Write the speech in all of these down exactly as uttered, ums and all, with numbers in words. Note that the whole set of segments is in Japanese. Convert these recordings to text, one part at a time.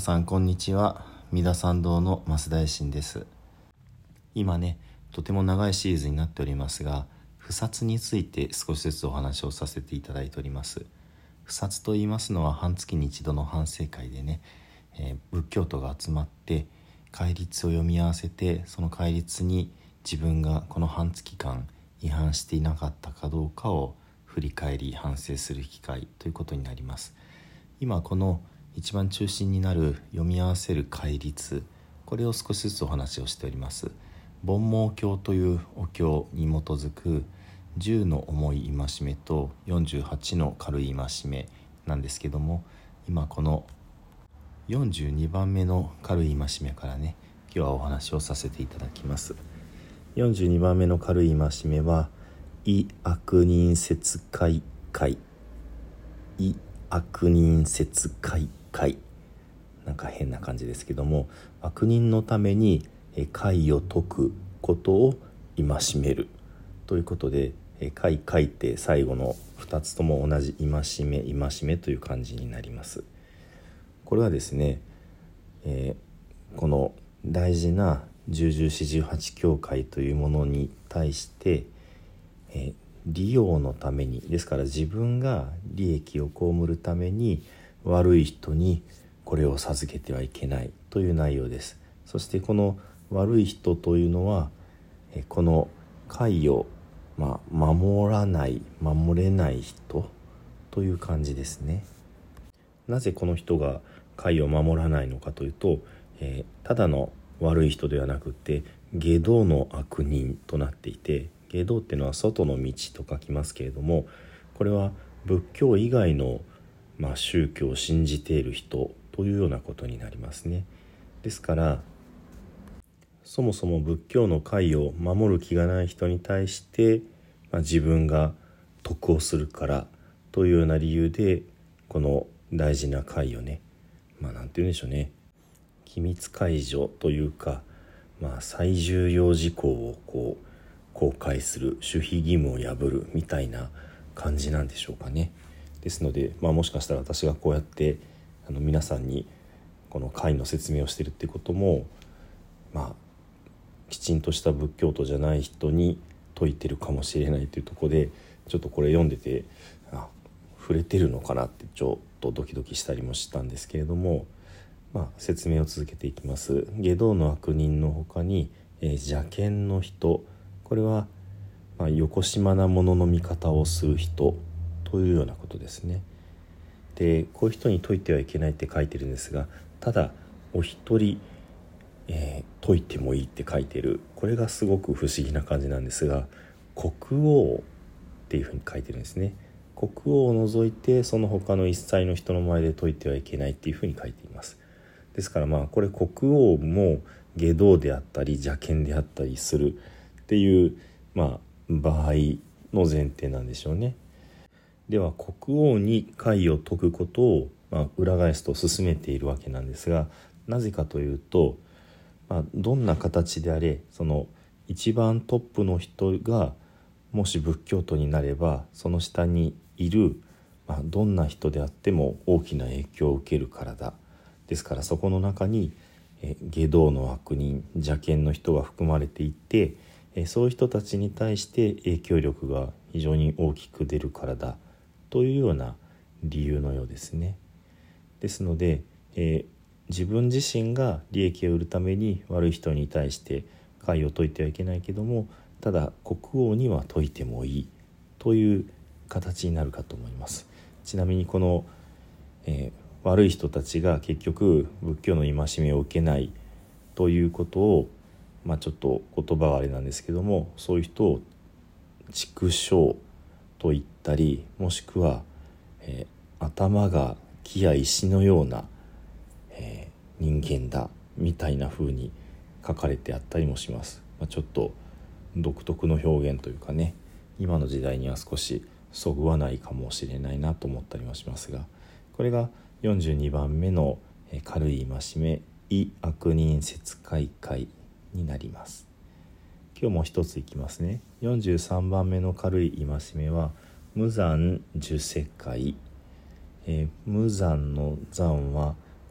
さんこんにちは。三田参道の増大臣です。今ね、とても長いシリーズになっておりますが、不殺について少しずつお話をさせていただいております。不殺と言いますのは半月に一度の反省会でね、えー、仏教徒が集まって戒律を読み合わせて、その戒律に自分がこの半月間違反していなかったかどうかを振り返り反省する機会ということになります。今この一番中心になる読み合わせる戒律、これを少しずつお話をしております。煩悩経というお経に基づくじゅうの重い戒めとよんじゅうはちの軽い戒めなんですけども、今このよんじゅうにばんめの軽い戒めからね、今日はお話をさせていただきます。よんじゅうにばんめの軽い戒めは、異悪人説戒戒、異悪人説戒戒、なんか変な感じですけども、悪人のために戒を解くことを戒めるということで、戒戒って最後のふたつとも同じ戒め戒めという感じになります。これはですね、えー、この大事な十十四十八教会というものに対して、えー、利用のために、ですから自分が利益を被るために悪い人にこれを授けてはいけないという内容です。そしてこの悪い人というのは、えこの戒を、まあ、守らない守れない人という感じですね。なぜこの人が戒を守らないのかというと、えー、ただの悪い人ではなくて外道の悪人となっていて、外道っていうのは外の道と書きますけれども、これは仏教以外の、まあ、宗教を信じている人というようなことになりますね。ですからそもそも仏教の戒を守る気がない人に対して、まあ、自分が得をするからというような理由でこの大事な戒をね、まあなんて言うんでしょうね、機密解除というか、まあ、最重要事項をこう公開する、守秘義務を破るみたいな感じなんでしょうかね。ですので、まあ、もしかしたら私がこうやってあの皆さんにこの戒の説明をしているっていうことも、まあきちんとした仏教徒じゃない人に説いてるかもしれないというところで、ちょっとこれ読んでてあ触れてるのかなってちょっとドキドキしたりもしたんですけれども、まあ、説明を続けていきます。外道の悪人の他に、えー、邪見の人、これは、まあ、よこしまなものの見方をする人というようなことですね。で、こういう人に説いてはいけないって書いてるんですが、ただお一人、えー、説いてもいいって書いてる、これがすごく不思議な感じなんですが、国王っていうふうに書いてるんですね。国王を除いてその他の一切の人の前で説いてはいけないっていうふうに書いています。ですからまあこれ国王も外道であったり邪見であったりするっていう、まあ、場合の前提なんでしょうね。では国王に戒を解くことを、まあ、裏返すと進めているわけなんですが、なぜかというと、まあ、どんな形であれその一番トップの人がもし仏教徒になれば、その下にいる、まあ、どんな人であっても大きな影響を受けるからだ。ですからそこの中にえ外道の悪人、邪見の人が含まれていて、えそういう人たちに対して影響力が非常に大きく出るからだというような理由のようですね。ですので、えー、自分自身が利益を得るために悪い人に対して戒を解いてはいけないけども、ただ国王には説いてもいいという形になるかと思います。ちなみにこの、えー悪い人たちが結局仏教の戒めを受けないということを、まあ、ちょっと言葉はあれなんですけども、そういう人を畜生と言ったり、もしくは、えー、頭が木や石のような、えー、人間だみたいな風に書かれてあったりもします。まあ、ちょっと独特の表現というかね、今の時代には少しそぐわないかもしれないなと思ったりもしますが、これがよんじゅうにばんめの軽い戒め、異悪人説戒戒になります。今日も一ついきますね。よんじゅうさんばんめの軽い戒めは無惨受世戒、えー、無惨の惨は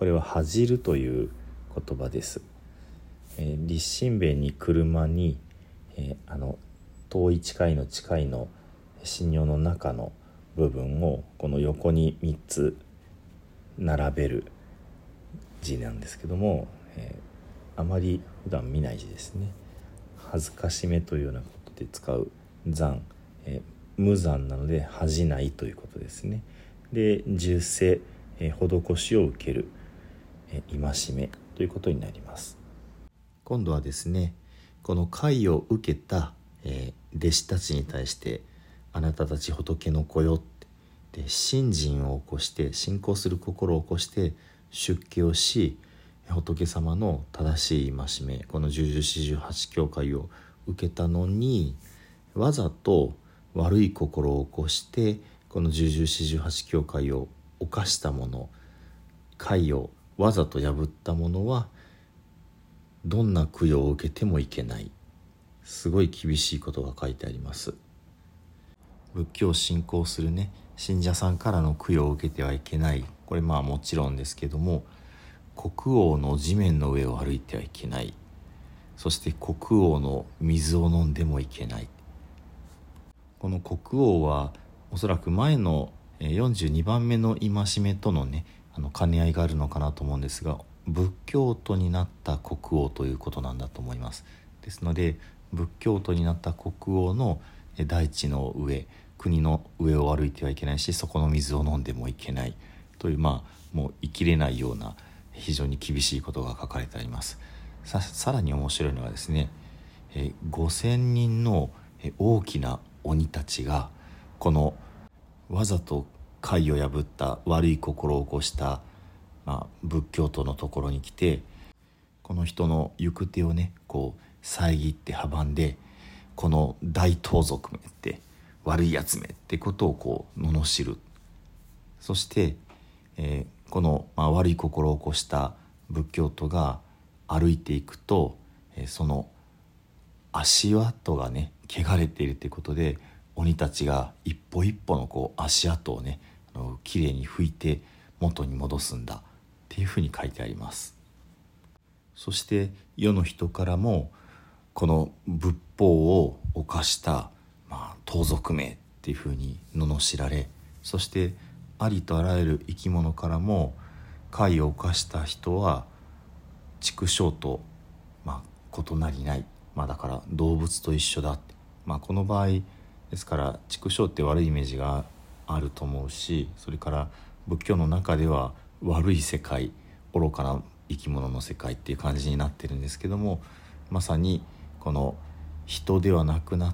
これは恥じるという言葉です。えー、立身弁に車に、えー、あの遠い近いの近いの身尿の中の部分をこの横にみっつ並べる字なんですけども、えー、あまり普段見ない字ですね。恥ずかしめというようなことで使う残、えー、無残なので恥じないということですね。で受世、えー、施しを受ける、えー、戒めということになります。今度はですね、この戒を受けた、えー、弟子たちに対して、あなたたち仏の子よってで信心を起こして、信仰する心を起こして出家をし、仏様の正しい戒め、この十十四十八教戒を受けたのに、わざと悪い心を起こしてこの十十四十八教戒を犯したもの、戒をわざと破ったものはどんな供養を受けてもいけない、すごい厳しいことが書いてあります。仏教を信仰するね信者さんからの供養を受けてはいけない、これまあもちろんですけども、国王の地面の上を歩いてはいけない、そして国王の水を飲んでもいけない。この国王はおそらく前のよんじゅうにばんめの戒めとのねあの兼ね合いがあるのかなと思うんですが、仏教徒になった国王ということなんだと思います。ですので仏教徒になった国王の大地の上、国の上を歩いてはいけないし、そこの水を飲んでもいけないという、まあもう生きれないような非常に厳しいことが書かれてあります。 さ, さらに面白いのはですね、えごせんにんの大きな鬼たちがこのわざと戒を破った悪い心を起こした、まあ、仏教徒のところに来て、この人の行く手をねこう遮って阻んで、この大盗賊めって悪いやつめってことをこう罵る。そして、えー、この、まあ、悪い心を起こした仏教徒が歩いていくと、えー、その足跡がね汚れているということで、鬼たちが一歩一歩のこう足跡をねあのきれいに拭いて元に戻すんだっていうふうに書いてあります。そして世の人からもこの仏法を犯した、まあ、盗賊めっていうふうに罵られ、そしてありとあらゆる生き物からも戒を犯した人は畜生と、まあ、異なりない、まあ、だから動物と一緒だって、まあ、この場合ですから畜生って悪いイメージがあると思うし、それから仏教の中では悪い世界、愚かな生き物の世界っていう感じになってるんですけども、まさにこの人ではなくなって、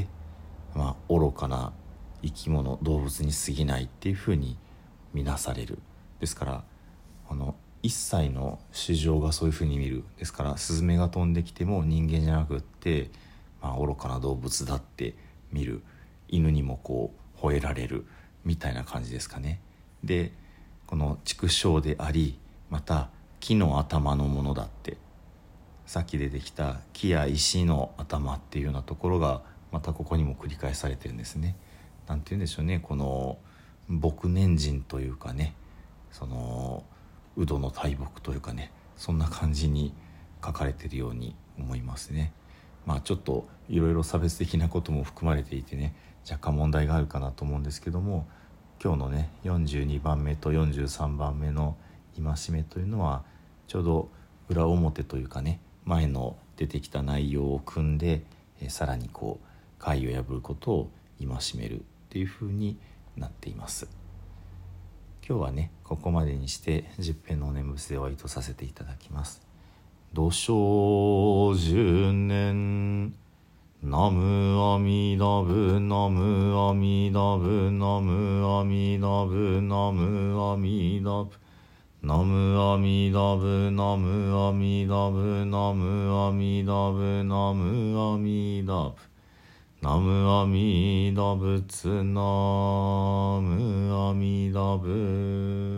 まあ、愚かな生き物、動物に過ぎないっていうふうに見なされる。ですからあの一切の衆生がそういうふうに見る。ですからスズメが飛んできても人間じゃなくって、まあ、愚かな動物だって見る。犬にもこう吠えられるみたいな感じですかね。でこの畜生であり、また木の頭のものだって、さっき出てきた木や石の頭っていうようなところがまたここにも繰り返されてるんですね。なんて言うんでしょうね、この牧年人というかね、そのウドの大木というかね、そんな感じに書かれているように思いますね。まあちょっといろいろ差別的なことも含まれていてね、若干問題があるかなと思うんですけども、今日のねよんじゅうにばんめとよんじゅうさんばんめの戒めというのはちょうど裏表というかね、前の出てきた内容を組んで、えさらにこう戒を破ることを戒めるっていう風になっています。今日はねここまでにして十遍のお念仏で終わりとさせていただきます。土生十年ナムアミダブナムアミダブナムアミダブナムアミダブナムアミダブナムアミダブナムアミダブナムアミダブナムアミダブツナムアミダブ